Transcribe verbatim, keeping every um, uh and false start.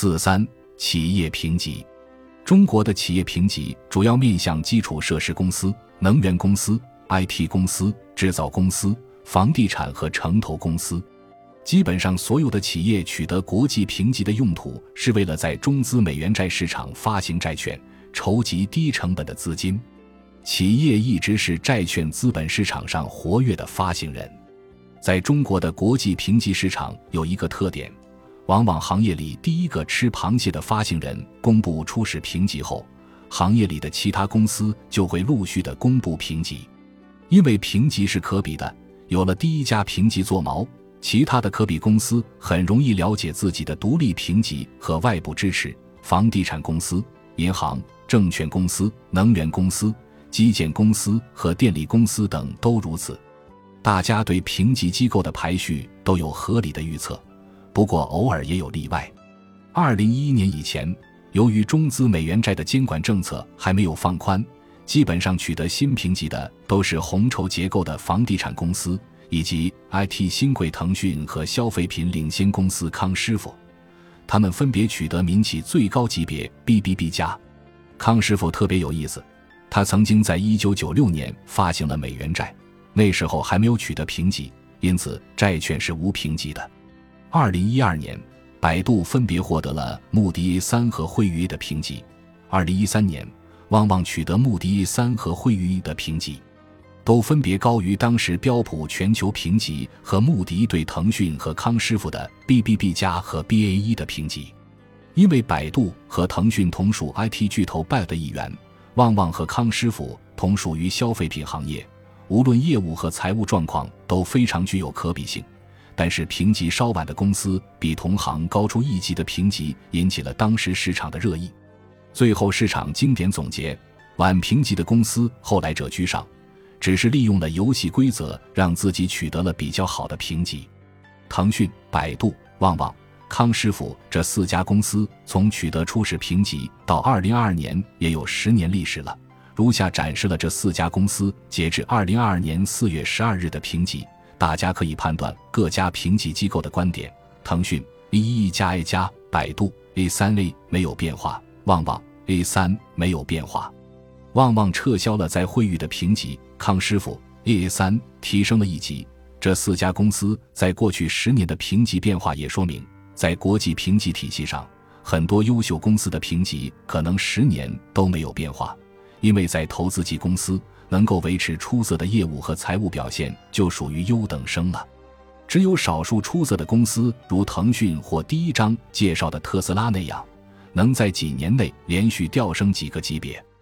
四三企业评级。中国的企业评级主要面向基础设施公司、能源公司、I T 公司、制造公司、房地产和城投公司。基本上所有的企业取得国际评级的用途是为了在中资美元债市场发行债券，筹集低成本的资金。企业一直是债券资本市场上活跃的发行人。在中国的国际评级市场有一个特点，往往行业里第一个吃螃蟹的发行人公布初始评级后，行业里的其他公司就会陆续的公布评级。因为评级是可比的，有了第一家评级做锚，其他的可比公司很容易了解自己的独立评级和外部支持。房地产公司、银行、证券公司、能源公司、基建公司和电力公司等都如此。大家对评级机构的排序都有合理的预测，不过偶尔也有例外。二零一一年以前，由于中资美元债的监管政策还没有放宽，基本上取得新评级的都是红筹结构的房地产公司，以及 I T 新贵腾讯和消费品领先公司康师傅，他们分别取得民企最高级别 B B B 加。康师傅特别有意思，他曾经在一九九六年发行了美元债，那时候还没有取得评级，因此债券是无评级的。二零一二年，百度分别获得了穆迪 A 三 和惠誉 A 的评级。二零一三年，旺旺取得穆迪 A 三 和惠誉 A 的评级，都分别高于当时标普全球评级和穆迪对腾讯和康师傅的 B B B 加和 B A 一 的评级。因为百度和腾讯同属 I T 巨头 B A 的一员，旺旺和康师傅同属于消费品行业，无论业务和财务状况都非常具有可比性。但是评级稍晚的公司比同行高出一级的评级引起了当时市场的热议。最后市场经典总结，晚评级的公司后来者居上，只是利用了游戏规则让自己取得了比较好的评级。腾讯、百度、旺旺、康师傅这四家公司从取得初始评级到二零二二年也有十年历史了。如下展示了这四家公司截至二零二二年四月十二日的评级，大家可以判断各家评级机构的观点。腾讯 A 一 加 A 加，百度 A 三 A 没有变化，旺旺 A 三 没有变化。旺旺撤销了在惠誉的评级，康师傅 A 三 提升了一级。这四家公司在过去十年的评级变化也说明，在国际评级体系上，很多优秀公司的评级可能十年都没有变化。因为在投资级公司能够维持出色的业务和财务表现就属于优等生了。只有少数出色的公司，如腾讯或第一章介绍的特斯拉那样，能在几年内连续调升几个级别。